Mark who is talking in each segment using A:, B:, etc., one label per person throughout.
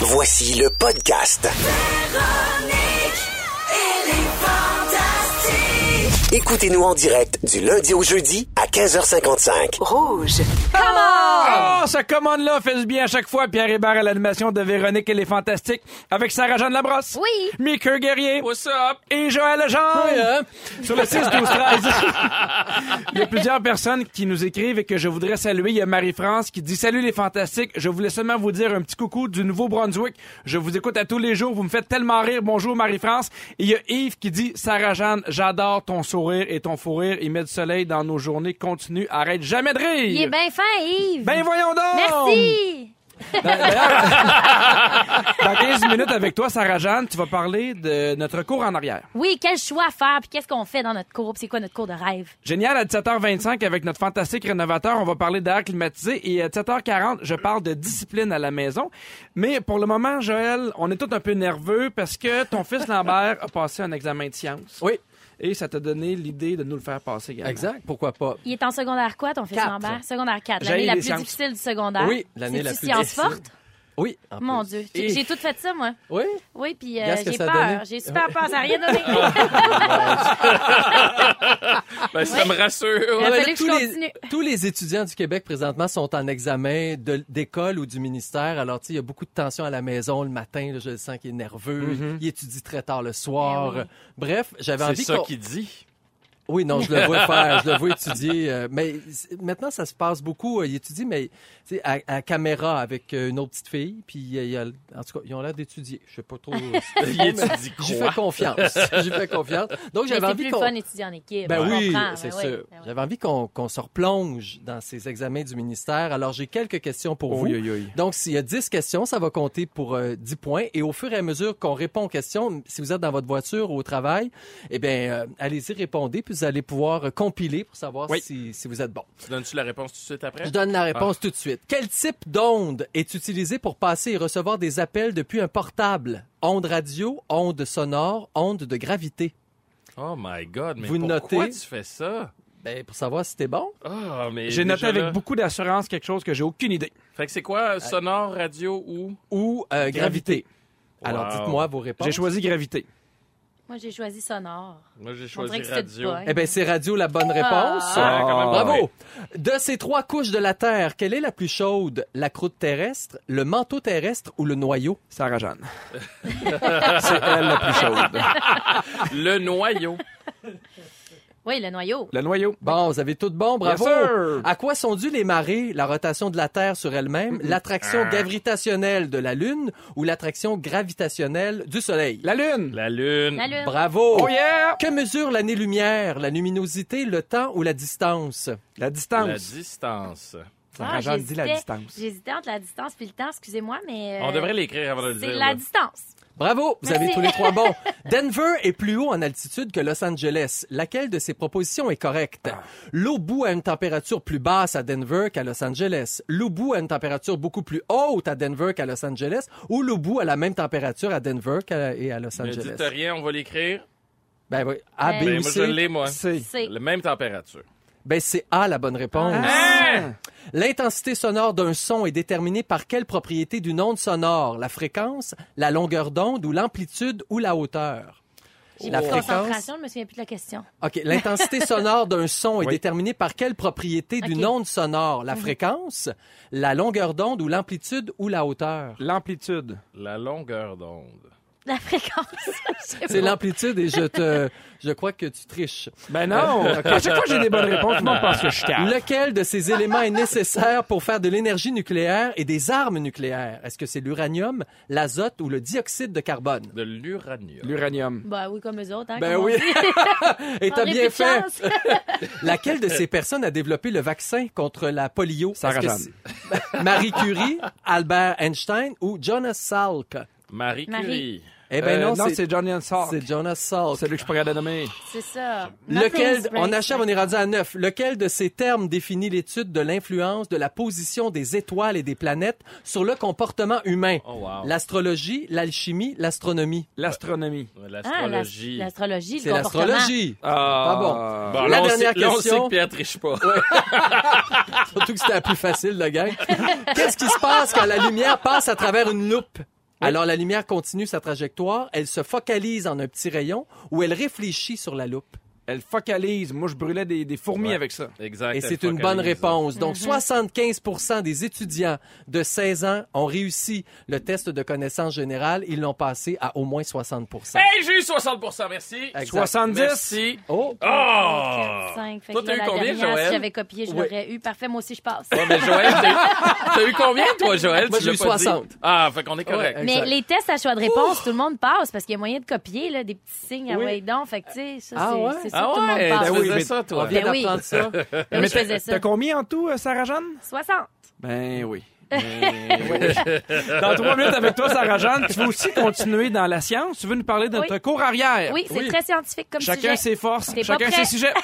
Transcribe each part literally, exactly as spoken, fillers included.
A: Voici le podcast. Écoutez-nous en direct du lundi au jeudi à quinze heures cinquante-cinq.
B: Rouge.
C: Come on! Oh, ce commande-là fait du bien à chaque fois. Pierre Hébert à l'animation de Véronique et les Fantastiques avec Sarah-Jeanne Labrosse.
B: Oui.
C: Mika Guerrier.
D: What's up?
C: Et Joël Legendre.
D: Oui, hein?
C: Sur le six douze treize. Il y a plusieurs personnes qui nous écrivent et que je voudrais saluer. Il y a Marie-France qui dit « Salut les Fantastiques, je voulais seulement vous dire un petit coucou du Nouveau-Brunswick. Je vous écoute à tous les jours, vous me faites tellement rire. Bonjour Marie-France. » Et il y a Yves qui dit « Sarah-Jeanne, j'adore ton sourire et ton fou rire. Il met du soleil dans nos journées. Continue, arrête jamais de rire. »
B: Il est bien fin, Yves.
C: Ben voyons donc!
B: Merci!
C: D'ailleurs, dans quinze minutes avec toi, Sarah-Jeanne, tu vas parler de notre cours en arrière.
B: Oui, quel choix faire, puis qu'est-ce qu'on fait dans notre cours, puis c'est quoi notre cours de rêve?
C: Génial, à dix-sept heures vingt-cinq, avec notre fantastique rénovateur, on va parler d'air climatisé. Et à dix-sept heures quarante, je parle de discipline à la maison. Mais pour le moment, Joël, on est tous un peu nerveux parce que ton fils Lambert a passé un examen de sciences.
D: Oui.
C: Et ça t'a donné l'idée de nous le faire passer également.
D: Exact, pourquoi pas?
B: Il est en secondaire quoi, ton fils
D: Quatre.
B: Lambert? Secondaire quatre,
C: J'ai
B: l'année la
C: les
B: plus
C: sciences.
B: difficile du secondaire.
D: Oui, l'année la
B: C'est-tu
D: plus
B: sciences
D: difficile.
B: fortes?
D: Oui. en
B: Mon
D: plus.
B: Dieu,
D: Et-
B: j'ai tout fait ça, moi.
D: Oui?
B: Oui, puis euh,
D: Qu'est-ce que
B: j'ai
D: ça a
B: peur.
D: donné?
B: J'ai super peur, ça n'a rien donné.
D: Ben, ça me rassure.
B: Il a
D: Ouais,
B: fallu
D: là,
B: que je
D: tous,
B: continue.
D: les, tous les étudiants du Québec présentement sont en examen de- d'école ou du ministère. Alors, tu sais, il y a beaucoup de tension à la maison le matin. Là, je le sens qu'il est nerveux. Il étudie très tard le soir.
B: Eh oui.
D: Bref, j'avais
E: C'est
D: envie
E: ça
D: qu'on...
E: qu'il dit.
D: Oui, non, je le vois faire, je le vois étudier. euh, mais c- maintenant, ça se passe beaucoup. euh, Il étudie, mais tu sais, à, à caméra avec euh, une autre petite fille. Puis, euh, il y a, en tout cas, ils ont l'air d'étudier. Je sais pas trop.
E: Il étudie
D: J'y
E: quoi?
D: fais confiance. J'y fais confiance. Donc,
B: Mais
D: j'avais
B: c'est
D: envie
B: plus
D: qu'on...
B: le fun d'étudier en équipe.
D: Ben
B: je
D: oui,
B: comprends.
D: c'est
B: Ben oui,
D: sûr.
B: ben oui.
D: J'avais envie qu'on qu'on se replonge dans ces examens du ministère. Alors, j'ai quelques questions pour vous.
C: Oui, oui, oui.
D: Donc, s'il y a dix questions, ça va compter pour euh, dix points. Et au fur et à mesure qu'on répond aux questions, si vous êtes dans votre voiture ou au travail, eh bien, euh, allez-y, répondez, puis vous allez pouvoir euh, compiler pour savoir
C: Oui.
D: si, si vous êtes bon.
E: Tu donnes-tu la réponse tout de suite après?
D: Je donne la réponse tout de suite. Quel type d'onde est utilisé pour passer et recevoir des appels depuis un portable? Onde radio, onde sonore, onde de gravité?
E: Oh my God, mais
D: Vous
E: pourquoi
D: notez?
E: tu fais ça?
D: Ben, pour savoir si t'es bon.
E: Ah, mais
C: J'ai noté
E: déjà
C: avec
E: là-
C: beaucoup d'assurance quelque chose que j'ai aucune idée.
E: Fait que c'est quoi, sonore, radio ou...
D: Ou euh, gravité.
C: Gravité.
D: Alors,
E: Wow.
D: dites-moi vos réponses.
C: J'ai choisi gravité.
B: Moi, j'ai choisi sonore.
E: Moi, j'ai
B: On
E: choisi
B: dirait que c'est
E: radio.
B: pas, hein.
D: Eh bien, c'est radio la bonne réponse.
B: Ah.
E: Ah, quand même,
D: Bravo!
E: ouais.
D: De ces trois couches de la Terre, quelle est la plus chaude? La croûte terrestre, le manteau terrestre ou le noyau?
C: Sarah-Jeanne. C'est elle la plus chaude.
E: Le noyau.
B: Oui, le noyau.
C: Le noyau.
D: Bon, vous avez tout bon, bravo!
C: Yes, sir.
D: À quoi sont dues les marées, la rotation de la Terre sur elle-même, l'attraction gravitationnelle de la Lune ou l'attraction gravitationnelle du Soleil?
C: La lune.
E: La lune.
B: La lune.
D: Bravo!
C: Oh yeah!
D: Que mesure l'année-lumière, la luminosité, le temps ou la distance?
C: La
E: La
C: distance.
E: distance.
C: Sarah-Jeanne dit la
B: j'hésitais.
C: distance.
B: J'hésitais entre la distance puis le temps, excusez-moi, mais... euh,
E: On devrait l'écrire avant de le dire.
B: C'est
E: là.
B: la distance.
D: Bravo, vous avez
B: Merci.
D: tous les trois bons. Denver est plus haut en altitude que Los Angeles. Laquelle de ces propositions est correcte? L'eau bout a une température plus basse à Denver qu'à Los Angeles. L'eau bout a une température beaucoup plus haute à Denver qu'à Los Angeles. Ou l'eau bout a la même température à Denver qu'à, et à Los
E: Ne
D: Angeles.
E: dites rien, on va l'écrire.
D: Ben oui. A, B
B: Ben,
D: ou
E: Ben, moi, je
D: C?
E: l'ai, moi.
C: C'est.
B: C'est...
E: La même température.
D: Ben c'est A la bonne réponse.
C: Ah!
D: L'intensité sonore d'un son est déterminée par quelle propriété d'une onde sonore? La fréquence, la longueur d'onde ou l'amplitude ou la hauteur? La fréquence.
B: Concentration, je me souviens plus de la question.
D: OK. L'intensité sonore d'un son est
E: Oui.
D: déterminée par quelle propriété d'une
B: OK.
D: onde sonore? La fréquence, la longueur d'onde ou l'amplitude ou la hauteur?
C: L'amplitude.
E: La longueur d'onde.
B: La fréquence.
D: C'est l'amplitude et je te, je crois que tu triches.
C: Ben non! À chaque fois que j'ai des bonnes réponses, tout le monde pense que je suis calme.
D: Lequel de ces éléments est nécessaire pour faire de l'énergie nucléaire et des armes nucléaires? Est-ce que c'est l'uranium, l'azote ou le dioxyde de carbone?
E: De l'uranium.
C: L'uranium.
B: Ben oui, comme eux autres. Hein,
D: Ben
B: comme on
D: oui.
B: dit.
D: Et t'as
B: On est
D: bien
B: plus de
D: fait.
B: chance.
D: Laquelle de ces personnes a développé le vaccin contre la polio? Est-ce que
C: Sarah-Jeanne.
D: c'est Marie Curie, Albert Einstein ou Jonas Salk?
E: Marie
B: Marie.
E: Curie.
D: Eh ben
C: Euh,
D: non,
C: non,
D: c'est,
C: c'est Johnny and Salk.
D: c'est Jonas Salk.
C: C'est lui que je pourrais le nommer.
B: C'est ça.
D: Lequel,
B: Nothing's
D: on
B: right.
D: achève, on est rendu à neuf. Lequel de ces termes définit l'étude de l'influence de la position des étoiles et des planètes sur le comportement humain?
E: Oh, wow.
D: L'astrologie, l'alchimie, l'astronomie.
C: L'astronomie.
B: Ah,
E: L'astrologie.
B: l'as- l'astrologie, le
D: C'est
B: comportement.
D: l'astrologie.
C: Ah.
D: Pas
E: Bon,
D: La
E: là, on
D: dernière
E: sait, là, on sait
D: question.
E: que Pierre triche pas.
D: Surtout que c'était la plus facile, le gang. Qu'est-ce qui se passe quand la lumière passe à travers une loupe? Alors, la lumière continue sa trajectoire, elle se focalise en un petit rayon ou elle réfléchit sur la loupe.
C: Elle focalise. Moi, je brûlais des, des fourmis
E: Ouais.
C: avec ça.
E: Exact.
D: Et
E: elle
D: c'est une
E: focalise.
D: bonne réponse. Donc, soixante-quinze pour cent des étudiants de seize ans ont réussi le test de connaissance générale. Ils l'ont passé à au moins soixante pour cent.
E: Hey, j'ai eu soixante pour cent, merci.
D: Exact.
C: soixante-dix.
E: Merci.
D: Oh!
E: Oh!
B: quatre, cinq. Fait
E: Toi,
B: que
E: t'as
B: là,
E: eu
B: la
E: combien,
B: dernière,
E: Joël?
B: si j'avais copié, je
D: Oui.
B: l'aurais eu. Parfait, moi aussi, je passe.
E: Ouais, mais Joël, t'as eu, t'as eu combien, toi, Joël?
D: Moi,
E: Tu
D: j'ai
E: l'as
D: eu
E: pas dit.
D: soixante.
E: Ah, fait qu'on est correct.
D: Ouais,
B: Mais
D: exact.
B: les tests à choix de réponse, tout le monde passe parce qu'il y a moyen de copier, là, des petits signes à
D: Oui.
B: ouais donc. Fait que, tu sais, ça,
D: Ah
B: c'est
D: ouais?
B: c'est ça
E: Ah
B: que tout le monde
E: ouais,
B: passe.
E: tu
C: Ben oui,
E: faisais
C: mais-
E: ça,
D: On
E: toi.
D: vient
B: Ben oui.
D: d'apprendre ça.
B: Ben oui,
C: Mais
B: je faisais ça.
C: t'as combien en tout, euh, Sarah-Jeanne?
B: soixante.
C: Ben oui. Ben oui. Dans trois minutes avec toi, Sarah-Jeanne, tu veux aussi continuer dans la science? Tu veux nous parler de notre
B: Oui.
C: cours arrière?
B: Oui, c'est
C: Oui.
B: très scientifique comme
C: Chacun
B: sujet.
C: ses forces,
B: T'es pas
C: chacun
B: prêt?
C: ses sujets.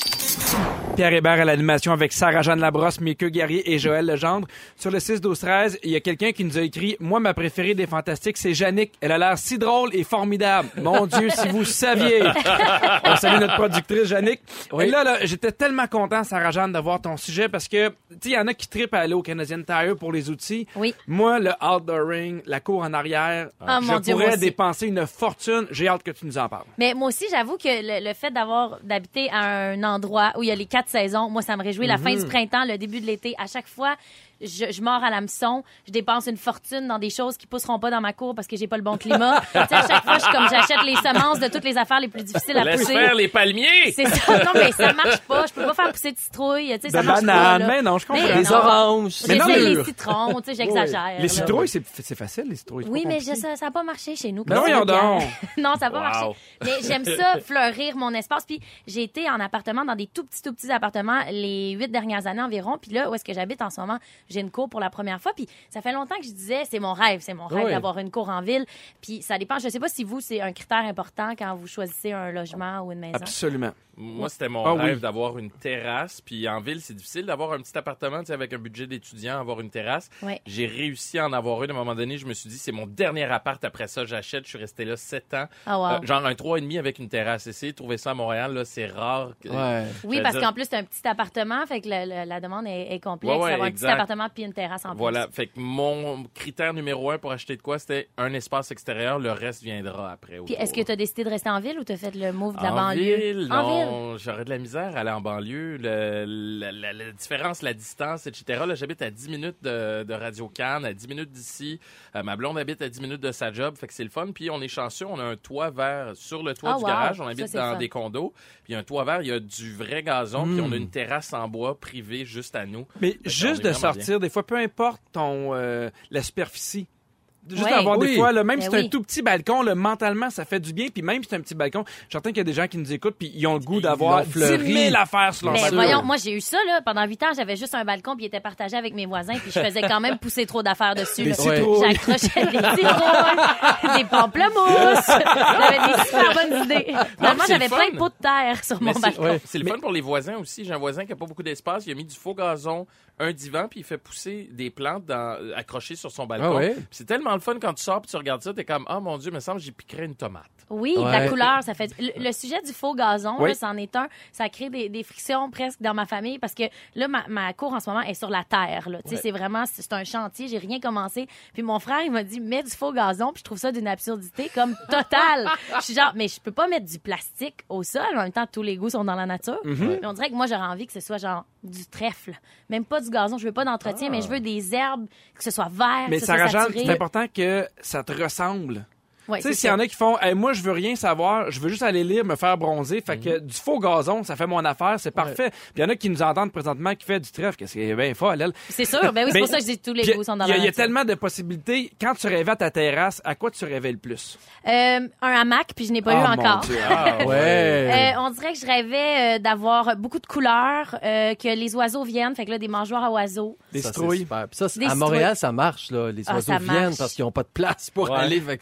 C: Pierre Hébert à l'animation avec Sarah-Jeanne Labrosse, Mickey Guerrier et Joël Legendre. Sur le six douze treize, il y a quelqu'un qui nous a écrit « Moi, ma préférée des Fantastiques, c'est Jannick. Elle a l'air si drôle et formidable. Mon Dieu, si vous saviez! » On salue notre productrice, Jannick.
D: Oui.
C: Et là, là, j'étais tellement content, Sarah-Jeanne, d'avoir ton sujet parce que, tu sais, il y en a qui trippent à aller au Canadian Tire pour les outils.
B: Oui.
C: Moi, le outdooring, la cour en arrière,
B: Ah,
C: je
B: mon Dieu, moi
C: pourrais
B: aussi.
C: dépenser une fortune. J'ai hâte que tu nous en parles.
B: Mais moi aussi, j'avoue que le, le fait d'avoir d'habiter à un endroit où il y a les quatre saisons, moi, ça me réjouit. La fin du printemps, le début de l'été, à chaque fois, je, je mords à l'hameçon. Je dépense une fortune dans des choses qui pousseront pas dans ma cour parce que j'ai pas le bon climat. Tu sais, à chaque fois, je suis comme j'achète les semences de toutes les affaires les plus difficiles à
E: Laisse
B: pousser.
E: faire les palmiers!
B: C'est ça. Non, mais ça marche pas. Je peux pas faire pousser de citrouilles. Tu sais, ça
C: De
B: marche pas.
C: bananes,
B: là.
C: mais non, je comprends.
B: Mais
D: Les
B: non.
D: oranges.
C: Mais non,
B: J'essaie
C: mais-
B: les citrons. Tu sais, j'exagère.
C: Les
B: là.
C: citrouilles, c'est c'est facile, les citrouilles. c'est
B: Oui,
C: pas
B: mais
C: compliqué.
B: je- ça n'a pas marché chez nous.
C: Ben
B: Qu'est-ce que
C: voyons
B: tu veux, Pierre?
C: donc.
B: Non, ça n'a pas
E: Wow.
B: marché. Mais j'aime ça, fleurir mon espace. Puis j'ai été en appartement, dans des tout petits, tout petits appartements les huit dernières années environ. Puis là, où est-ce que j'habite en ce moment, j'ai une cour pour la première fois. Puis ça fait longtemps que je disais, c'est mon rêve, c'est mon rêve
D: Oui.
B: d'avoir une cour en ville. Puis ça dépend. Je sais pas si vous, c'est un critère important quand vous choisissez un logement ou une maison.
C: Absolument.
E: Moi, c'était mon
C: Ah
E: rêve
C: oui.
E: d'avoir une terrasse. Puis en ville, c'est difficile d'avoir un petit appartement, tu sais, avec un budget d'étudiant, avoir une terrasse.
B: Ouais.
E: J'ai réussi à en avoir une. À un moment donné, je me suis dit, c'est mon dernier appart. Après ça, j'achète. Je suis resté là sept ans.
B: Ah, wow.
E: Euh, genre un trois et demi avec une terrasse. Essayez de trouver ça à Montréal, là, c'est rare. que-
D: Ouais.
B: Oui,
E: Je
B: parce
E: veux dire-
B: qu'en plus, c'est un petit appartement, fait que la, la- la demande est, est complexe.
E: Ouais, ouais,
B: Avoir un petit
E: exact.
B: appartement puis une terrasse en
E: Voilà.
B: plus.
E: Fait que mon critère numéro un pour acheter de quoi, c'était un espace extérieur. Le reste viendra après.
B: Puis est-ce que tu as décidé de rester en ville ou tu as fait le move de la
E: en
B: banlieue?
E: ville,
B: En ville.
E: non, j'aurais de la misère à aller en banlieue. Le- la, la- la différence, la distance, et cetera. Là, j'habite à dix minutes de, de Radio-Can, à dix minutes d'ici. Euh, ma blonde habite à dix minutes de sa job, fait que c'est le fun. Puis on est chanceux, on a un toit vert sur le toit
B: Ah,
E: du
B: wow.
E: garage. On
B: Ça,
E: habite
B: c'est le
E: dans
B: fun.
E: des condos. Puis un toit vert, il y a du vrai gazon. Puis
C: Mm.
E: on a une terrasse en bois privée juste à nous.
C: Mais
E: Fait qu'on
C: juste
E: est
C: de
E: vraiment
C: sortir, des fois, peu importe ton euh, la superficie. Juste
B: Ouais.
C: avoir
D: Oui.
C: des fois, là, même
B: Ben
C: si c'est
B: oui.
C: un tout petit balcon, là, mentalement, ça fait du bien. Puis même si c'est un petit balcon, je suis certain qu'il y a des gens qui nous écoutent puis ils ont le goût
D: Ils
C: d'avoir
D: l'ont
C: dix
D: fleuri.
C: mille affaires sur leur
B: Mais
C: balcon.
B: voyons, moi j'ai eu ça là. Pendant huit ans, j'avais juste un balcon puis il était partagé avec mes voisins puis je faisais quand même pousser trop d'affaires dessus.
C: Des
B: là.
C: citrouilles.
B: J'accrochais des citrouilles, des pamplemousses. J'avais des super bonnes idées. Finalement,
E: c'est
B: j'avais
E: le fun.
B: plein de pots de terre sur
E: Mais
B: mon
E: c'est-
B: balcon.
D: ouais.
E: C'est le fun pour les voisins aussi. J'ai un voisin qui n'a pas beaucoup d'espace. Il a mis du faux gazon, un divan, puis il fait pousser des plantes dans, accrochées sur son balcon.
D: Ah ouais?
E: Puis c'est tellement le fun quand tu sors et tu regardes ça, t'es comme, ah mon Dieu, il me semble que j'y piquerais une tomate.
B: Oui,
D: Ouais.
B: la couleur, ça fait. Le, le sujet du faux gazon,
C: Oui.
B: là, c'en est un. Ça crée des, des frictions presque dans ma famille parce que là, ma, ma cour en ce moment est sur la terre. Là. Tu sais, c'est vraiment, c'est c'est un chantier. J'ai rien commencé. Puis mon frère, il m'a dit, mets du faux gazon. Puis je trouve ça d'une absurdité comme totale. Je suis genre, mais je peux pas mettre du plastique au sol. En même temps, tous les goûts sont dans la nature.
C: Mm-hmm.
B: Mais on dirait que moi, j'aurais envie que ce soit genre du trèfle, même pas du gazon. Je veux pas d'entretien, mais je veux des herbes, que ce soit vert,
C: Mais
B: que ce soit
C: Sarah-Jeanne,
B: saturé.
C: c'est important que ça te ressemble.
B: Ouais,
C: Tu sais,
B: c'est
C: s'il y
B: ça.
C: en a qui font, hey, moi, je veux rien savoir, je veux juste aller lire, me faire bronzer. Fait que du faux gazon, ça fait mon affaire, c'est parfait. Puis il y en a qui nous entendent présentement qui fait du trèfle, qu'est-ce qui est bien folle, elle.
B: C'est sûr. Ben oui, c'est
C: Ben,
B: pour ça que je dis que tous les
C: Puis,
B: goûts sont dans
C: Il y, a-
B: la
C: il y a
B: nature.
C: tellement de possibilités. Quand tu rêvais à ta terrasse, à quoi tu rêvais le plus?
B: Euh, un hamac, puis je n'ai pas
C: Ah,
B: eu
C: mon
B: encore.
C: Dieu.
E: Ah
D: Ouais.
B: Euh, on dirait que je rêvais euh, d'avoir beaucoup de couleurs, euh, que les oiseaux viennent, fait que là, des mangeoires à oiseaux.
C: Des
D: Ça, c'est
C: citrouilles.
D: super. Puis ça, c'est-
B: Des
D: à
B: citrouilles.
D: Montréal, ça marche, là. Les
B: Ah,
D: oiseaux
B: ça
D: viennent
B: marche.
D: parce qu'ils n'ont pas de place pour
E: Ouais.
D: aller. Fait que ça,
B: Sauf que les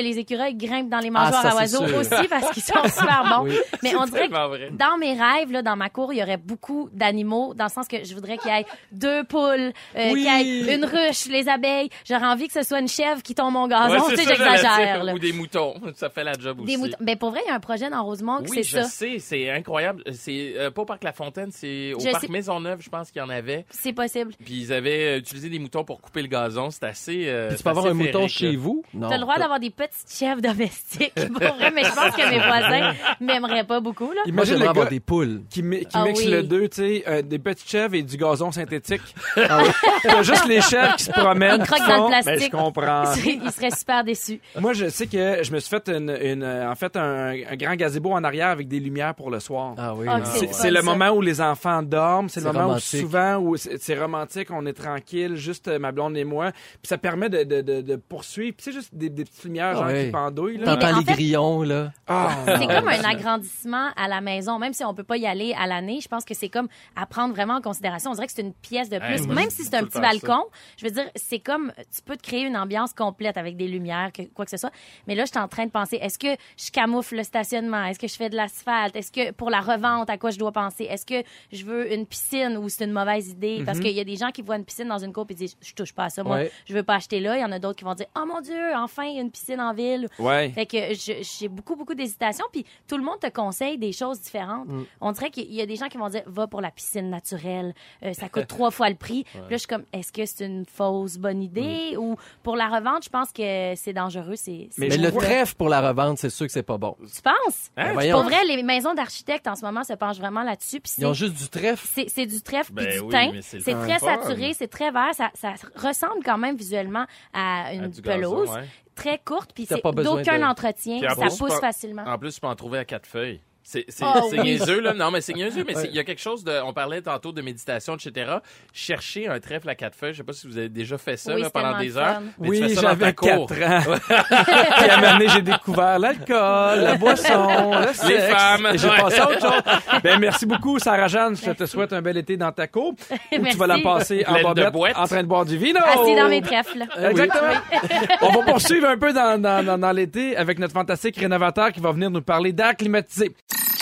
B: les écureuils grimpent dans les mangeoires
D: Ah, ça,
B: à
D: c'est
B: oiseaux
D: sûr.
B: aussi parce qu'ils sont super bons.
D: Oui.
B: Mais on dirait
E: tellement
B: que
E: vrai.
B: dans mes rêves, là, dans ma cour, il y aurait beaucoup d'animaux, dans le sens que je voudrais qu'il y ait deux poules, euh,
D: Oui.
B: qu'il y ait une ruche, les abeilles. J'aurais envie que ce soit une chèvre qui tombe mon gazon.
E: Ouais, c'est
B: tu sais,
E: ça, j'allais
B: j'exagère.
E: dire.
B: là.
E: Ou des moutons. Ça fait la job
B: Des
E: aussi.
B: moutons. Ben, pour vrai, il y a un projet dans Rosemont que
E: Oui,
B: c'est
E: je
B: ça.
E: sais, c'est incroyable. C'est euh, pas au Parc La Fontaine, c'est au
B: Je
E: Parc
B: sais.
E: Maisonneuve, je pense qu'il y en avait.
B: C'est possible.
E: Puis ils avaient euh, utilisé des moutons pour couper le gazon. C'est assez. Euh,
D: Puis tu
E: c'est
D: peux avoir
E: assez
D: un mouton
E: féerique,
D: chez
E: là.
D: vous? Non.
B: T'as le droit d'avoir des petites chèvres domestiques, pour vrai, mais je pense que mes voisins m'aimeraient pas beaucoup, là.
D: Moi,
C: Imagine
D: j'aimerais
C: le
D: avoir
C: gars
D: des poules.
C: qui, mi- qui
B: Ah
C: mixe
B: oui.
C: le deux, tu sais, euh, des petites chèvres et du gazon synthétique.
D: Ah oui.
C: T'as juste les chèvres qui se promènent.
B: Ils croquent
C: qui
B: dans le
C: font-
B: plastique.
C: Ben, je comprends.
B: Ils seraient super déçus.
C: Moi, je sais que je me suis fait une, une, euh, en fait un, un grand gazebo en arrière avec des lumières pour le soir.
D: Ah oui.
B: Ah,
D: non.
B: c'est
C: C'est
B: fun,
C: c'est le
B: ça.
C: moment où les enfants dorment, c'est le
D: C'est
C: moment
D: romantique.
C: où souvent où c'est c'est romantique, on est tranquille, juste euh, ma blonde et moi, puis ça permet de, de, de, de poursuivre, puis c'est juste des, des petites lumières genre
D: Ah ouais.
C: qui pendouillent là.
D: T'entends
B: Mais en
D: les
B: fait-
D: grillons, là.
C: Ah,
B: C'est comme un agrandissement à la maison, même si on peut pas y aller à l'année. Je pense que c'est comme à prendre vraiment en considération. On dirait que c'est une pièce de plus,
E: Hey, moi,
B: même
E: je
B: si
E: dis
B: c'est un
E: tout le
B: petit
E: temps ça.
B: balcon. Je veux dire, c'est comme tu peux te créer une ambiance complète avec des lumières, que- quoi que ce soit. Mais là, je suis en train de penser, est-ce que je camoufle le stationnement? Est-ce que je fais de l'asphalte? Est-ce que pour la revente, à quoi je dois penser? Est-ce que je veux une piscine ou c'est une mauvaise idée? Parce qu'il y a des gens qui voient une piscine dans une cour et disent, je touche pas à ça. Moi,
D: Ouais.
B: je veux pas acheter là. Il y en a d'autres qui vont dire, oh mon Dieu, enfin, il y a une piscine en ville.
C: ouais.
B: Fait que je- j'ai beaucoup, beaucoup d'hésitation. Puis tout le monde te conseille des choses différentes. On dirait qu'il y a des gens qui vont dire, va pour la piscine naturelle. Euh, ça coûte trois fois le prix. Puis là, je suis comme, est-ce que c'est une fausse bonne idée? Ou pour la revente, je pense que c'est dangereux. C'est, c'est
C: Mais
D: Mais
C: je
D: le
C: vois-
D: trèfle pour la revente, c'est sûr que c'est pas bon.
B: Tu penses?
E: Hein?
D: Ben voyons.
B: Pour vrai, les maisons d'architectes en ce moment se penchent vraiment là-dessus. Puis
D: Ils ont
B: c'est,
D: juste du trèfle.
B: c'est, c'est du trèfle puis
E: Ben
B: du
E: oui,
B: thym.
E: mais c'est le
B: C'est
E: fun.
B: très
E: Fun.
B: saturé, c'est très vert. Ça, ça ressemble quand même visuellement à une
E: À du gazon,
B: pelouse.
E: ouais.
B: Très courte, puis
D: T'as
B: c'est
D: pas besoin
B: d'aucun
D: de-
B: entretien.
E: Puis en
B: Ça
E: plus,
B: pousse
E: pas-
B: facilement.
E: En plus, tu peux en trouver à quatre feuilles. C'est c'est-
B: Oh,
E: c'est
B: oui.
E: niaiseux, là. Non, mais c'est niaiseux, mais c'est- il y a quelque chose de... On parlait tantôt de méditation, et cetera. Chercher un trèfle à quatre feuilles, je sais pas si vous avez déjà fait ça
B: Oui,
E: là,
B: c'est
E: pendant
B: tellement
E: des
B: le
E: heures.
B: fun.
E: mais tu
C: Oui,
E: fais ça dans ta
C: j'avais
E: cour.
C: quatre ans. Puis à un moment donné, j'ai découvert l'alcool, la boisson, le sexe.
E: Les femmes.
C: Et j'ai
E: Ouais.
C: passé à autre chose. Ben, merci beaucoup, Sarah-Jeanne. Je te souhaite un bel été dans ta cour. Où tu
B: Merci.
C: vas la passer en
E: Pleine de
C: bobette,
E: boîtes.
C: en train de boire du vino.
B: Assis dans mes trèfles.
C: Exactement. On va poursuivre un peu dans, dans, dans, dans l'été avec notre fantastique rénovateur qui va venir nous parler d'air climatisé.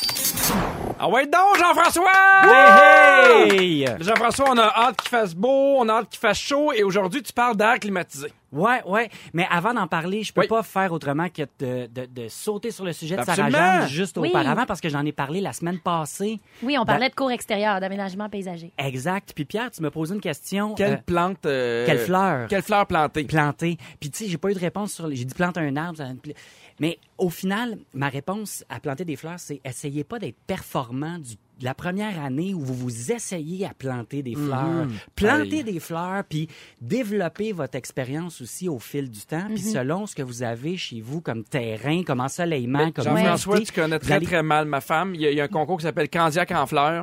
C: Ah ouais donc, Jean-François!
F: Hey, hey!
C: Jean-François, on a hâte qu'il fasse beau, on a hâte qu'il fasse chaud et aujourd'hui, tu parles d'air climatisé.
F: Ouais, ouais. Mais avant d'en parler, je peux
C: Oui.
F: pas faire autrement que de, de, de sauter sur le sujet de
C: Absolument.
F: Sarah-Jeanne juste
B: Oui.
F: auparavant parce que j'en ai parlé la semaine passée.
B: Oui, on parlait de cours extérieur, d'aménagement paysager.
F: Exact. Puis Pierre, tu me posé une question.
C: Quelle
F: euh,
C: plante... euh,
F: quelle fleur?
C: Quelle fleur plantée?
F: Planter. Puis tu sais, j'ai pas eu de réponse sur. les- J'ai dit plante un arbre. ça- Mais au final, ma réponse à planter des fleurs, c'est essayez pas d'être performant du de la première année où vous vous essayez à planter des fleurs. Plantez
C: Aïe.
F: des fleurs, puis développez votre expérience aussi au fil du temps. Puis selon ce que vous avez chez vous comme terrain, comme ensoleillement, comme
C: Jean-François,
F: humidité,
C: tu connais
F: vous
C: très,
F: allez-
C: très mal ma femme. Il y a, il y a un concours qui s'appelle Candiac en fleurs.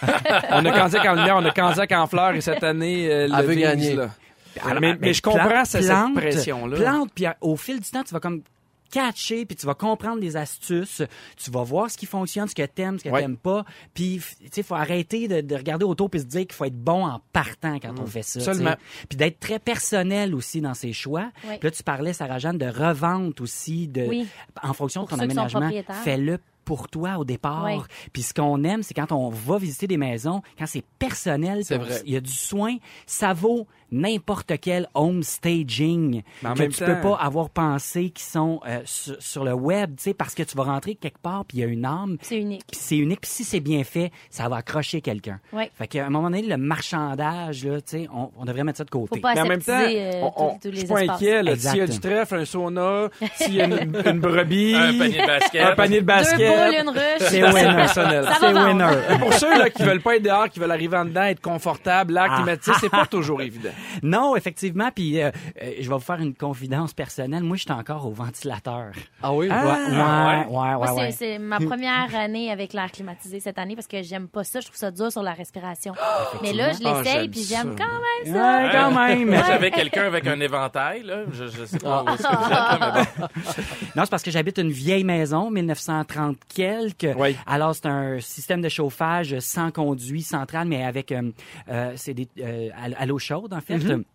C: On a Candiac en lumière, on a Candiac en fleurs et cette année, euh,
D: Elle
C: le
D: veut
C: vise,
D: gagner.
C: là.
F: Alors,
C: mais,
F: ben,
C: mais je comprends
F: plante-
C: cette, cette
F: plante,
C: pression-là.
F: Plante, puis à- au fil du temps, tu vas comme catcher, puis tu vas comprendre des astuces, tu vas voir ce qui fonctionne, ce que t'aimes, ce que
C: Ouais.
F: t'aimes pas, puis f- tu sais, faut arrêter de, de regarder autour puis se dire qu'il faut être bon en partant quand
C: Mm.
F: on fait ça.
C: Seulement.
F: tu sais. Puis d'être très personnel aussi dans ses choix.
B: Oui.
F: Puis là, tu parlais, Sarah-Jeanne, de revente aussi, de
B: Oui.
F: en fonction
B: Pour
F: de ton
B: ceux qui sont
F: aménagement.
B: propriétaires.
F: Fais-le pour toi au départ.
B: Oui.
F: Puis ce qu'on aime, c'est quand on va visiter des maisons, quand c'est personnel,
D: C'est
F: puis on-
D: vrai.
F: il y a du soin, ça vaut n'importe quel home staging
C: Mais en
F: que
C: même
F: tu
C: temps-
F: peux pas avoir pensé qui sont euh, sur, sur le web, tu sais, parce que tu vas rentrer quelque part puis il y a une âme,
B: C'est unique.
F: puis c'est unique, puis si c'est bien fait, ça va accrocher quelqu'un.
B: Oui.
F: Fait qu'à un moment donné, le marchandage, là, tu sais, on, on devrait mettre ça de côté.
B: Faut pas
C: Mais en même temps,
B: aseptiser euh,
C: on, on-
B: tous- tous
C: je
B: les
C: suis pas
B: espaces.
C: inquiet. là.
F: Exact.
C: S'il y a du trèfle, un sauna, s'il y a une, une brebis,
E: Un panier de basket.
C: un panier de
B: Deux
C: basket.
B: poules, une ruche.
F: C'est winner.
C: personnel.
B: Ça va
F: C'est
B: vendre.
F: winner.
C: Mais pour ceux là, qui veulent pas être dehors, qui veulent arriver en dedans, être confortable, l'air
F: Ah.
C: climatisé, c'est pas toujours évident.
F: Non, effectivement, puis euh, euh, je vais vous faire une confidence personnelle. Moi, j'étais encore au ventilateur.
D: Ah oui?
F: ouais, ouais,
E: ouais.
F: ouais,
B: Moi,
F: ouais,
B: c'est-
F: ouais.
B: c'est ma première année avec l'air climatisé cette année parce que j'aime pas ça. Je trouve ça dur sur la respiration. Mais là, je
C: Ah,
B: l'essaye
C: j'aime
B: puis j'aime
C: ça.
B: quand même ça.
F: Ouais, quand même.
E: Moi, j'avais quelqu'un avec un éventail, là. Je, je sais pas où est-ce que vous êtes, là, mais bon.
F: Non, c'est parce que j'habite une vieille maison, mille neuf cent trente quelques.
C: Oui.
F: Alors, c'est un système de chauffage sans conduit central, mais avec, euh, euh, c'est des, euh, à, à l'eau chaude, en fait.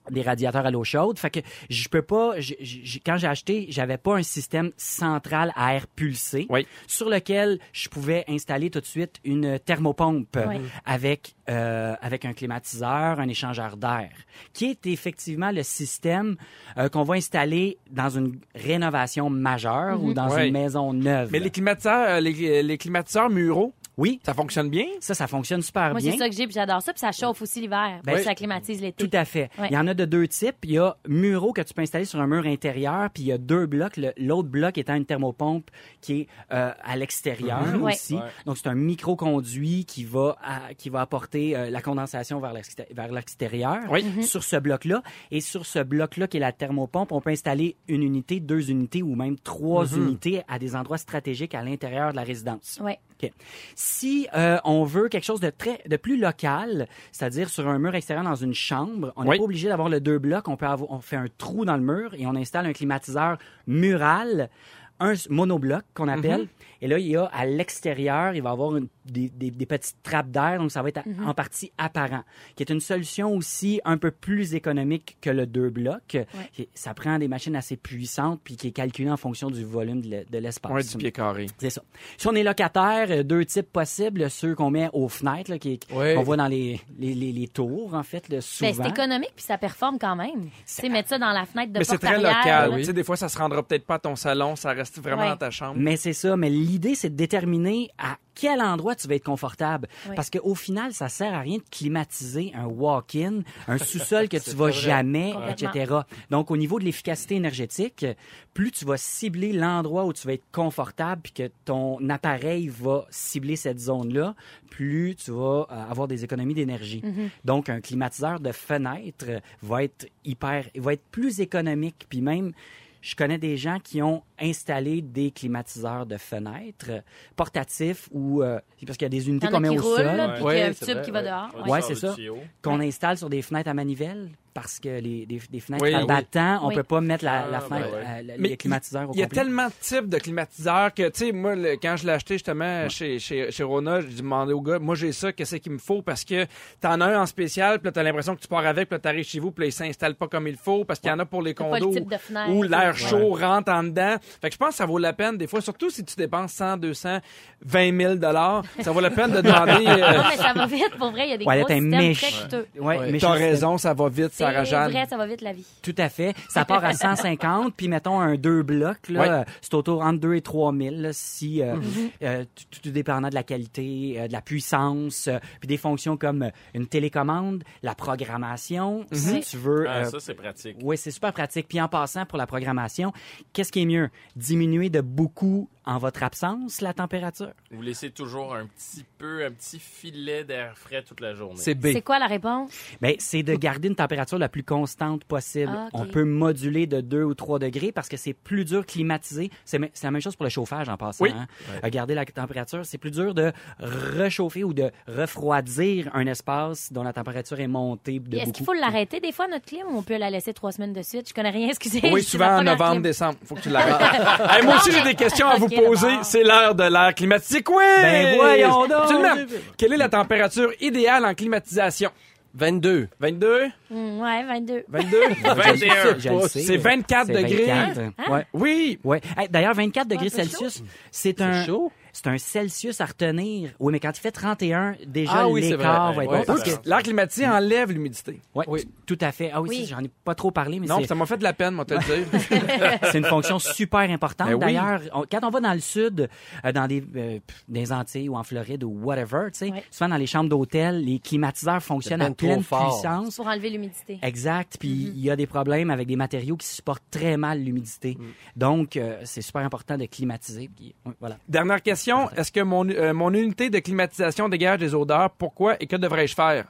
F: des radiateurs à l'eau chaude. Fait que je peux pas, j- j- quand j'ai acheté, j'avais pas un système central à air pulsé
C: Oui.
F: sur lequel je pouvais installer tout de suite une thermopompe
B: Oui.
F: avec euh, avec un climatiseur, un échangeur d'air, qui est effectivement le système euh, qu'on va installer dans une rénovation majeure ou dans
C: Oui.
F: une maison neuve.
C: Mais les climatiseurs, euh, les, les climatiseurs muraux,
F: Oui,
C: ça fonctionne bien?
F: ça, ça fonctionne super
B: Moi,
F: bien.
B: c'est ça que j'ai, puis j'adore ça, puis ça chauffe aussi l'hiver.
F: Ben,
B: puis ça climatise l'été.
F: Tout à fait.
B: Ouais.
F: Il y en a de deux types. Il y a muraux que tu peux installer sur un mur intérieur, puis il y a deux blocs. Le- L'autre bloc étant une thermopompe qui est euh, à l'extérieur
B: Mhm. Ouais.
F: aussi.
E: Ouais.
F: Donc, c'est un micro-conduit qui va, à- qui va apporter euh, la condensation vers l'exté- vers l'extérieur
C: Oui.
B: Mhm.
F: sur ce bloc-là. Et sur ce bloc-là qui est la thermopompe, on peut installer une unité, deux unités ou même trois
C: Mhm.
F: unités à des endroits stratégiques à l'intérieur de la résidence.
B: Ouais.
F: OK. Si euh, on veut quelque chose de très de plus local, c'est-à-dire sur un mur extérieur dans une chambre, on n'est
C: Oui.
F: pas obligé d'avoir le deux blocs. On peut avoir, on fait un trou dans le mur et on installe un climatiseur mural, un s- monobloc qu'on appelle. Et là, il y a à l'extérieur, il va y avoir une- des, des- des petites trappes d'air, donc ça va être à- en partie apparent, qui est une solution aussi un peu plus économique que le deux blocs. Et ça prend des machines assez puissantes puis qui est calculé en fonction du volume de l'e- de l'espace.
C: Ouais, du pied carré.
F: C'est ça. Si on est locataire, euh, deux types possibles, ceux qu'on met aux fenêtres, là, qui,
D: Oui.
F: qu'on voit dans les, les, les, les tours, en fait, là, souvent.
B: Ben, c'est économique, puis ça performe quand même. Tu sais, mettre ça dans la fenêtre de
C: Mais c'est
B: porte
C: très
B: arrière,
C: local.
B: là.
C: Tu sais, des fois, ça se rendra peut-être pas à ton salon, ça reste vraiment
B: Ouais.
C: dans ta chambre.
F: Mais c'est ça. Mais l'idée, c'est de déterminer à quel endroit tu vas être confortable.
B: Oui.
F: Parce qu'au final, ça sert à rien de climatiser un walk-in, un sous-sol que tu vas jamais,
B: Complètement.
F: et cetera. Donc, au niveau de l'efficacité énergétique, plus tu vas cibler l'endroit où tu vas être confortable puis que ton appareil va cibler cette zone-là, plus tu vas euh, avoir des économies d'énergie. Donc, un climatiseur de fenêtre va être hyper, va être plus économique. Puis même, je connais des gens qui ont installé des climatiseurs de fenêtres euh, portatifs ou euh, parce qu'il y a des
B: Il
F: unités
B: y en
F: qu'on
B: a
F: met
B: qui
F: au
B: roulent,
F: sol
B: là, puis
D: Ouais,
B: qu'il y a un
D: c'est
B: tube
D: vrai,
B: qui va
D: ouais.
B: dehors.
E: On
B: Ouais.
F: Ouais,
E: sort
F: c'est
E: le
F: ça.
E: tuyau.
F: qu'on
B: Ouais.
F: installe sur des fenêtres à manivelle parce que les, des, des fenêtres
C: Oui,
F: à
C: oui.
F: battant, on
B: Oui.
F: peut pas mettre la, la
E: Ah,
F: fenêtre,
E: ben ouais.
F: euh, le-
C: Mais
F: les climatiseurs au
C: Il y a
F: complet.
C: tellement de types de climatiseurs que, tu sais, moi, le- quand je l'ai acheté justement chez, chez, chez Rona, j'ai demandé au gars, moi j'ai ça, qu'est-ce qu'il me faut? Parce que t'en as un en spécial, puis là t'as l'impression que tu pars avec, puis là t'arrives chez vous, puis là il s'installe pas comme il faut, parce qu'il y en a pour les
B: pas le
C: condos
B: type de fenêtre.
C: où l'air
B: Ouais.
C: chaud rentre en dedans. Fait que je pense que ça vaut la peine, des fois, surtout si tu dépenses cent, deux cents, vingt mille dollars, ça vaut la peine de demander. euh,
B: Non, mais ça va vite, pour vrai. Il y a des
F: Ouais,
B: gros
F: t'as un
B: systèmes
F: méch-
B: très coûteux.
F: Ouais,
D: Ouais.
F: mais
C: T'as
F: je-
C: raison, ça va vite,
B: C'est
C: Sarah Jeanne.
B: vrai, ça va vite, la vie.
F: Tout à fait. Ça part à cent cinquante, puis mettons un deux blocs, là,
C: Ouais.
F: euh, c'est autour entre deux et trois mille, là, si, euh, euh, tout, tout dépendant de la qualité, euh, de la puissance, euh, puis des fonctions comme euh, une télécommande, la programmation, si tu veux.
E: Ah,
F: euh,
E: ça, c'est pratique.
F: Oui, c'est super pratique. Puis en passant, pour la programmation, qu'est-ce qui est mieux? Diminuer de beaucoup en votre absence la température?
E: Vous laissez toujours un petit peu, un petit filet d'air frais toute la journée.
D: C'est B.
B: C'est quoi la réponse?
F: Bien, c'est de garder une température la plus constante possible.
B: Ah, ok.
F: On peut moduler de deux ou trois degrés parce que c'est plus dur climatiser. C'est me- c'est la même chose pour le chauffage en passant.
C: Oui.
F: Hein? Euh, Garder la température, c'est plus dur de réchauffer ou de refroidir un espace dont la température est montée de
B: Puis Est-ce
F: beaucoup.
B: qu'il faut l'arrêter des fois, notre clim, ou on peut la laisser trois semaines de suite? Je connais rien, excusez.
C: Oui,
B: c'est
C: souvent
B: ma
C: en
B: première
C: novembre,
B: clim.
C: décembre. Faut que tu l'arrêtes. Hey, moi aussi, j'ai des questions à vous
B: Ok,
C: poser.
B: d'abord.
C: C'est l'heure de l'air climatique. Oui!
F: Ben voyons donc!
C: Absolument. Quelle est la température idéale en climatisation?
D: vingt-deux.
C: vingt-deux?
B: Hum, ouais, vingt-deux.
C: vingt-deux?
E: vingt et un.
F: Je le sais.
C: C'est vingt-quatre
F: C'est
C: degrés.
F: vingt-quatre. Ouais.
C: Oui!
F: Ouais. Hey, d'ailleurs, vingt-quatre degrés
B: un peu
F: Celsius, c'est un,
D: chaud.
F: c'est un Celsius à retenir. Oui, mais quand il fait trente et un, déjà,
D: Ah oui, c'est
F: l'écart
D: vrai.
F: va être
D: Ouais,
F: bon. Parce
D: c'est
F: que,
D: vrai.
C: L'air climatisé enlève l'humidité.
F: ouais,
D: Oui.
F: tout à fait. Ah oui,
B: Oui.
F: ça, j'en ai pas trop parlé, mais
C: Non,
F: c'est,
C: ça m'a fait de la peine, moi, te le dire.
F: c'est une fonction super importante.
C: Ben oui.
F: D'ailleurs, on- quand on va dans le sud, euh, dans des, euh, pff, des Antilles ou en Floride ou whatever, tu sais,
B: Ouais.
F: souvent dans les chambres d'hôtel, les climatiseurs fonctionnent
D: C'est
F: à
D: ben trop
F: pleine
D: fort.
F: puissance.
B: Pour enlever l'humidité.
F: Exact. Puis
B: Mm-hmm.
F: il y a des problèmes avec des matériaux qui supportent très mal l'humidité.
C: Mm.
F: Donc, euh, c'est super important de climatiser. Puis, ouais, voilà.
C: Dernière question. Est-ce que mon, euh, mon unité de climatisation dégage des odeurs? Pourquoi et que devrais-je faire?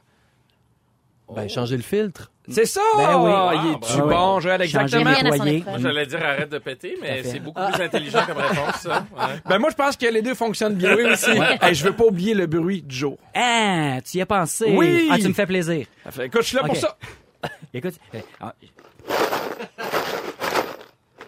D: Ben, changer le filtre.
C: C'est ça!
F: Ben oui.
C: Il est-tu
F: Ah,
C: bon,
F: oui.
C: Joël?
F: Changer
C: Exactement.
F: le
B: Bien à son
F: nettoyer.
B: épreuve.
E: Moi, j'allais dire arrête de péter, mais
F: fait.
E: c'est beaucoup plus intelligent comme réponse, ça. Ouais.
C: Ben, moi, je pense que les deux fonctionnent bien. Oui, aussi. Hey, je veux pas oublier le bruit du jour.
F: Ah, tu y as pensé.
C: Oui.
F: Ah, tu me fais plaisir.
C: Ça fait- Écoute, je suis là
F: Ok.
C: pour ça.
F: Écoute, euh, ah,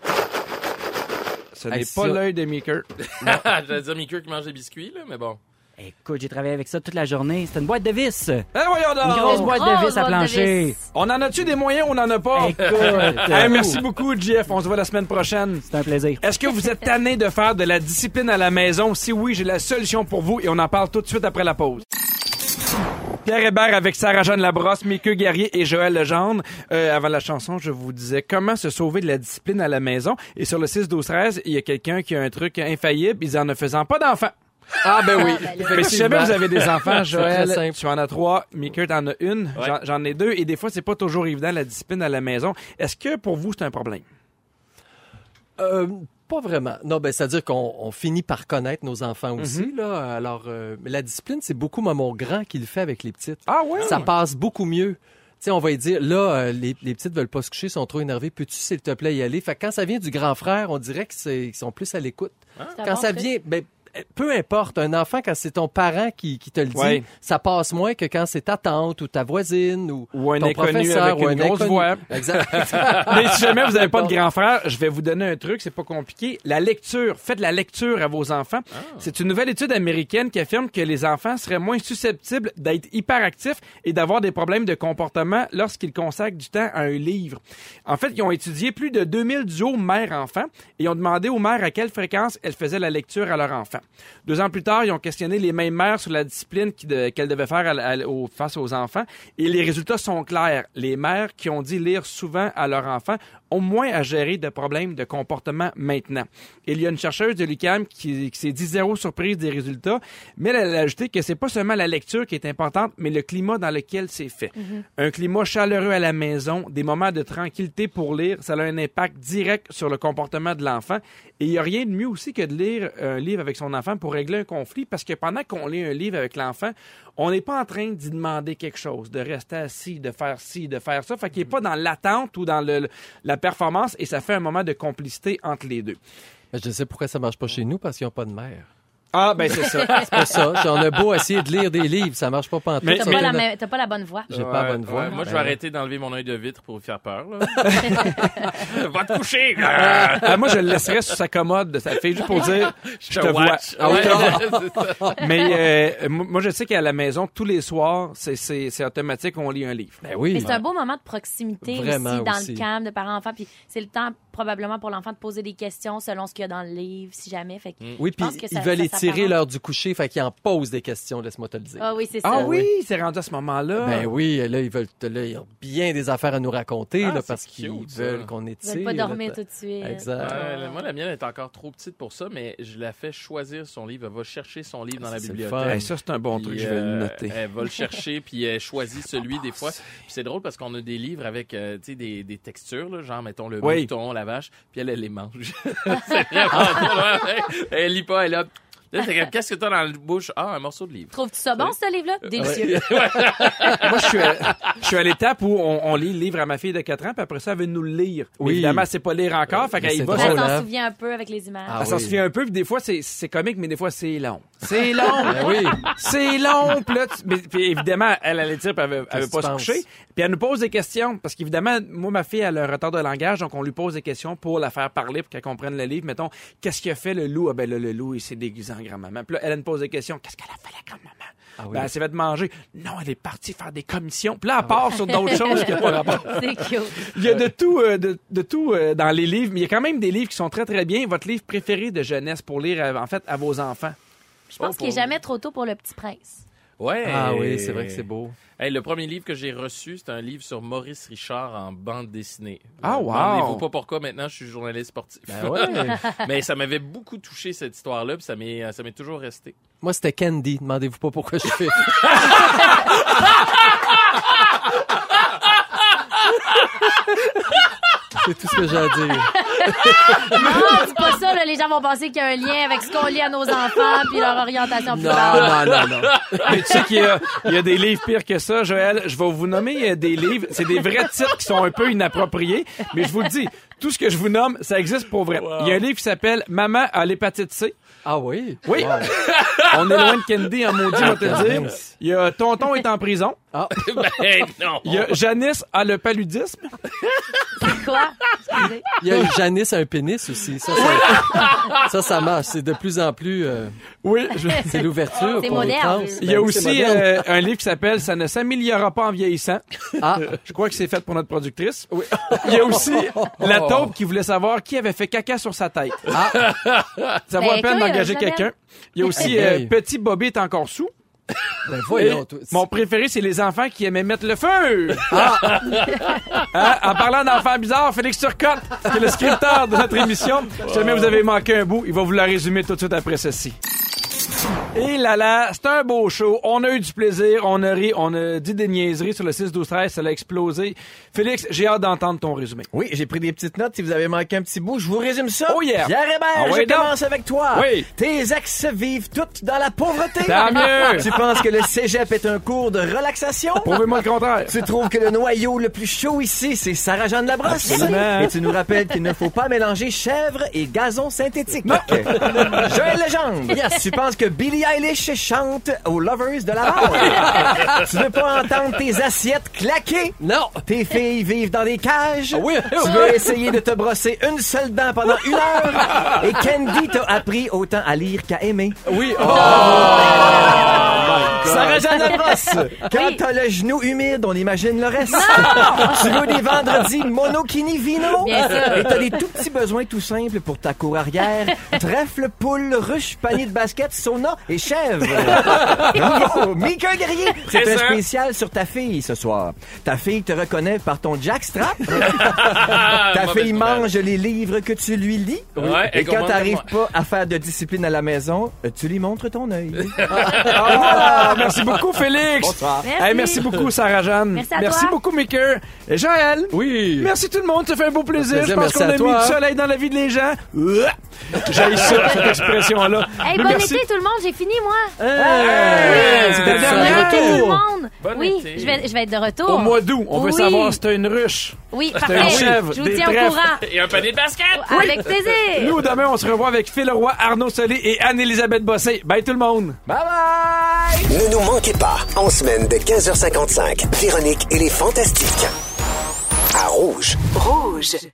C: Ce
D: Hey,
C: n'est
D: ça-
C: pas l'œil de Meeker.
E: J'allais dire Mickey qui mange des biscuits, là, mais bon.
F: Écoute, j'ai travaillé avec ça toute la journée. C'était une boîte de vis.
C: Eh, voyons donc!
F: Une grosse boîte de
B: Grosse
F: vis à
B: boîte de
F: plancher.
B: vis.
C: On en a-tu des moyens ou on en a pas?
F: Écoute.
C: Hey, merci beaucoup, Jeff. On se voit la semaine prochaine.
F: C'est un plaisir.
C: Est-ce que vous êtes tanné de faire de la discipline à la maison? Si oui, j'ai la solution pour vous et on en parle tout de suite après la pause. Pierre Hébert avec Sarah-Jeanne Labrosse, Mickey Guerrier et Joël Legendre. Euh, avant la chanson, je vous disais comment se sauver de la discipline à la maison. Et sur le six douze treize, il y a quelqu'un qui a un truc infaillible. Ils en ne faisant pas d'enfants.
D: Ah, ben oui.
B: Ah, ben là.
C: Mais si jamais vous avez des enfants,
D: C'est très
C: Joël,
D: simple.
C: tu en as trois, Mickey, t'en as une,
E: Ouais.
C: j'en, j'en ai deux. Et des fois, c'est pas toujours évident, la discipline à la maison. Est-ce que pour vous, c'est un problème?
D: Euh, pas vraiment. Non, ben, c'est-à-dire qu'on on finit par connaître nos enfants aussi, là. Alors, euh, mais la discipline, c'est beaucoup moi, mon grand qui le fait avec les petites.
C: Ah oui?
D: Ça passe beaucoup mieux. Tu sais, on va lui dire, là, euh, les, les petites veulent pas se coucher, sont trop énervées. Peux-tu, s'il te plaît, y aller? Fait que quand ça vient du grand frère, on dirait que c'est- qu'ils sont plus à l'écoute.
B: C'est un
D: Quand
B: bon
D: ça
B: truc.
D: vient, ben, peu importe, un enfant, quand c'est ton parent qui, qui te le dit,
C: Ouais.
D: ça passe moins que quand c'est ta tante ou ta voisine ou,
C: Ou un
D: ton
C: inconnu
D: professeur
C: avec
D: ou
C: une
D: un
C: grosse
D: inconnu.
C: voix.
D: Exact.
C: Mais si jamais vous n'avez pas de grand frère, je vais vous donner un truc, c'est pas compliqué. La lecture, faites la lecture à vos enfants. C'est une nouvelle étude américaine qui affirme que les enfants seraient moins susceptibles d'être hyperactifs et d'avoir des problèmes de comportement lorsqu'ils consacrent du temps à un livre. En fait, ils ont étudié plus de deux mille duos mères-enfants et ont demandé aux mères à quelle fréquence elles faisaient la lecture à leur enfant. Deux ans plus tard, ils ont questionné les mêmes mères sur la discipline qui de- qu'elles devaient faire à, à- au- face aux enfants. Et les résultats sont clairs. Les mères qui ont dit lire souvent à leurs enfants ont moins à gérer de problèmes de comportement maintenant. Et il y a une chercheuse de l'U Q A M qui, qui s'est dit zéro surprise des résultats, mais elle a ajouté que c'est pas seulement la lecture qui est importante, mais le climat dans lequel c'est fait. Un climat chaleureux à la maison, des moments de tranquillité pour lire, ça a un impact direct sur le comportement de l'enfant. Et il n'y a rien de mieux aussi que de lire un livre avec son enfant pour régler un conflit, parce que pendant qu'on lit un livre avec l'enfant, on n'est pas en train d'y demander quelque chose, de rester assis, de faire ci, de faire ça. Fait qu'il n'est pas dans l'attente ou dans le, la performance, et ça fait un moment de complicité entre les deux.
D: Je sais pourquoi ça marche pas chez nous, parce qu'ils n'ont pas de mère.
C: Ah, ben c'est ça.
D: C'est pas ça. On a beau essayer de lire des livres, ça marche pas pantoute.
C: Mais-
B: T'as
D: Ça
B: pas,
D: me
B: la
D: donne-
B: même- t'as pas la bonne voix.
D: J'ai pas la bonne
E: Ouais,
D: voix.
E: ouais, moi, je vais
D: Ben,
E: arrêter d'enlever mon œil de vitre pour vous faire peur. Là. Va te coucher!
C: Ah, moi, je le laisserais sur sa commode de sa fille, juste pour dire, je te vois.
E: watch.
C: Ah oui,
E: Ouais,
C: je te vois.
E: c'est ça.
C: Mais euh, moi, je sais qu'à la maison, tous les soirs, c'est, c'est, c'est automatique, on lit un livre.
D: Ben oui.
B: Mais c'est un beau moment de proximité
D: Vraiment
B: aussi, dans
D: aussi.
B: le calme de parents-enfants. Puis c'est le temps probablement pour l'enfant de poser des questions selon ce qu'il y a dans le livre, si jamais. Fait que
D: Oui,
B: je
D: puis
B: pense que
D: ils
B: ça-
D: veulent
B: ça
D: étirer
B: s'apparente.
D: l'heure du coucher, fait qu'ils en posent des questions, laisse-moi te le dire.
B: Ah oui, c'est ça.
C: Ah oui, c'est rendu à ce moment-là.
D: Ben oui, là, ils veulent, là, ils ont bien des affaires à nous raconter,
E: Ah,
D: là,
E: c'est
D: parce qu'ils
E: cute, ça.
D: veulent qu'on
B: Ils
D: étire.
B: veulent pas dormir
D: là.
B: tout de suite.
D: Exact.
E: Ouais, la- moi, la mienne est encore trop petite pour ça, mais je la fais choisir son livre. Elle va chercher son livre dans la
D: C'est le
E: bibliothèque.
D: fun.
C: Hey, ça, c'est un bon
E: Puis,
C: truc, je vais le
E: euh,
C: noter.
E: Elle va le chercher, puis elle choisit celui des fois. Puis c'est drôle parce qu'on a des livres avec euh, tu sais, des, des textures, là, genre, mettons, le
C: Oui.
E: mouton, la vache, puis elle, elle les mange. C'est vraiment drôle. Ouais. Elle lit pas, elle a... Là, t'es comme, qu'est-ce que t'as dans la bouche? Ah, un morceau de livre.
B: Trouves-tu ça bon, ce livre-là? Délicieux.
C: Moi, je suis, à, je suis à l'étape où on, on lit le livre à ma fille de quatre ans, puis après ça, elle veut nous le lire. Mais
D: Oui.
C: évidemment, c'est pas lire encore, fait
D: Mais
C: qu'elle y
D: c'est
C: va.
B: Elle
D: drôle,
B: s'en
D: hein?
B: souvient un peu avec les images.
D: Ah
C: Elle s'en
D: oui.
C: souvient un peu, puis des fois, c'est, c'est comique, mais des fois, c'est long. C'est long!
D: Ben oui.
C: C'est long! Puis là, tu- mais- puis évidemment, elle allait dire, puis elle veut, elle veut
D: Qu'est-ce
C: pas
D: que
C: se
D: tu
C: coucher.
D: penses?
C: Puis elle nous pose des questions, parce qu'évidemment, moi, ma fille, elle a un retard de langage, donc on lui pose des questions pour la faire parler, pour qu'elle comprenne le livre. Mettons, qu'est-ce qu'il a fait le loup? Ah ben là, le loup, il s'est déguisé en grand-maman. Puis là, elle nous pose des questions. Qu'est-ce qu'elle a fait la grand-maman?
D: Ah oui.
C: Ben, elle s'est fait manger. Non, elle est partie faire des commissions. Puis là, elle part sur d'autres choses qui n'ont pas rapport.
B: C'est cute.
C: Il y a de tout, euh, de, de tout euh, dans les livres, mais il y a quand même des livres qui sont très, très bien. Votre livre préféré de jeunesse pour lire, euh, en fait, à vos enfants?
B: Je pense qu'il n'est jamais trop tôt pour le petit prince.
E: Ouais.
D: Ah oui, c'est vrai que c'est beau.
E: Hey, le premier livre que j'ai reçu, c'est un livre sur Maurice Richard en bande dessinée.
C: Ah,
E: Euh,
C: wow!
E: Demandez-vous pas pourquoi maintenant je suis journaliste sportif.
D: Ben ouais.
E: Mais ça m'avait beaucoup touché cette histoire-là, puis ça m'est, ça m'est toujours resté.
D: Moi, c'était Candy. Demandez-vous pas pourquoi je fais. C'est tout ce que j'ai à dire.
B: Non, dis pas ça, là. Les gens vont penser qu'il y a un lien avec ce qu'on lit à nos enfants puis leur orientation plus tard.
D: Non, non, non, non.
C: Mais tu sais qu'il y a, il y a des livres pires que ça, Joël. Je vais vous nommer euh, des livres. C'est des vrais titres qui sont un peu inappropriés. Mais je vous le dis, tout ce que je vous nomme, ça existe pour vrai. Il y a un livre qui s'appelle Maman a l'hépatite C.
D: Ah oui?
C: Oui.
D: Wow.
C: On est loin de Candy en maudit, on va te le dire. Il y a Tonton est en prison.
D: Ah.
E: Ben non!
C: Il y a Janice a le paludisme.
B: Quoi? Excusez.
D: Il y a eu Janice a un pénis aussi. Ça, ça, ça, ça marche. C'est de plus en plus... euh,
C: Oui, je-
D: c'est l'ouverture
B: C'est
D: pour les
B: moderne.
D: trans.
C: Il y a
D: Ben oui, c'est
C: aussi
D: moderne.
C: euh, un livre qui s'appelle « Ça ne s'améliorera pas en vieillissant
D: Ah, ».
C: Je crois que c'est fait pour notre productrice. Oui. Il y a aussi la taupe qui voulait savoir qui avait fait caca sur sa tête. Ah. Ça vaut
B: Ben,
C: la peine
B: curieuse,
C: d'engager
B: la
C: quelqu'un. Il y a aussi
D: Hey.
C: euh, Petit Bobby est encore sous.
D: ben
C: Et
D: voyons. toi.
C: mon préféré, c'est les enfants qui aimaient mettre le feu. Ah. Hein? En parlant d'enfants bizarres, Félix Turcotte, qui est le scripteur de notre émission. Si jamais vous avez manqué un bout, il va vous la résumer tout de suite après ceci. Et là là, c'est un beau show. On a eu du plaisir, on a ri, on a dit des niaiseries sur le six douze treize, ça l'a explosé. Félix, j'ai hâte d'entendre ton résumé.
G: Oui, j'ai pris des petites notes. Si vous avez manqué un petit bout, je vous résume ça.
C: Oh yeah.
G: Pierre Hébert,
C: Ah ouais,
G: je
C: donc.
G: commence avec toi.
C: Oui.
G: Tes ex vivent toutes dans la pauvreté.
C: Tant mieux.
G: Tu penses que le cégep est un cours de relaxation?
C: Prouvez-moi le contraire.
G: Tu trouves que le noyau le plus chaud ici, c'est Sarah-Jeanne Labrosse?
C: Absolument.
G: Et tu nous rappelles qu'il ne faut pas mélanger chèvre et gazon synthétique. Joël Legendre. Yes. Tu penses que Billie Eilish chante aux Lovers de la mort. Tu veux pas entendre tes assiettes claquer?
D: Non.
G: Tes filles vivent dans des cages.
D: Ah oui.
G: Tu veux essayer de te brosser une seule dent pendant une heure. Et Candy t'a appris autant à lire qu'à aimer.
D: Oui. Oh.
G: Sarah-Jeanne Labrosse, quand
B: Oui.
G: t'as le genou humide, on imagine le reste. Tu veux des vendredis monokini vino?
B: Bien sûr.
G: Et t'as des tout petits besoins tout simples pour ta cour arrière. Trèfle, poule, ruche, panier de basket, sauna et chèvre. Oh, Mika Guerrier, c'est
E: C'est
G: un
E: ça.
G: spécial sur ta fille ce soir. Ta fille te reconnaît par ton jackstrap. Ta
E: Mauvaise
G: fille
E: nouvelle.
G: mange les livres que tu lui lis.
E: Ouais,
G: Et
E: elle
G: quand
E: commande
G: t'arrives
E: comme
G: pas à faire de discipline à la maison, euh, tu lui montres ton œil.
C: Ah, merci beaucoup, Félix.
G: Bonsoir.
B: Merci.
C: Hey, merci beaucoup, Sarah-Jeanne.
B: Merci à toi.
C: beaucoup, Maker. Et Joël.
D: Oui.
C: Merci tout le monde, ça fait un beau plaisir.
D: plaisir,
C: Je pense
D: merci
C: qu'on
D: à
C: a
D: toi.
C: mis du soleil dans la vie des gens. J'ai ça, cette expression-là.
B: Hey,
C: Mais
B: bon
C: merci.
B: été tout le monde, j'ai fini moi.
C: Hey, c'était
B: Bon
C: dernière.
B: été tout le monde.
E: Bon
B: oui,
E: été.
B: je vais, je vais être de retour.
C: Au mois d'août, on veut
B: Oui.
C: savoir si t'as une ruche.
B: Oui,
C: un
B: parfait.
C: chèvre,
B: Je vous
C: des
B: tiens au
C: trèfles.
B: courant.
E: Et un panier de basket!
B: Avec plaisir.
C: Nous, demain, on se revoit avec Phil Roy, Arnaud Solé et Anne-Élisabeth Bossé. Bye tout le monde.
G: Bye bye!
A: Ne nous manquez pas, en semaine de quinze heures cinquante-cinq, Véronique et les Fantastiques. À Rouge.
H: Rouge.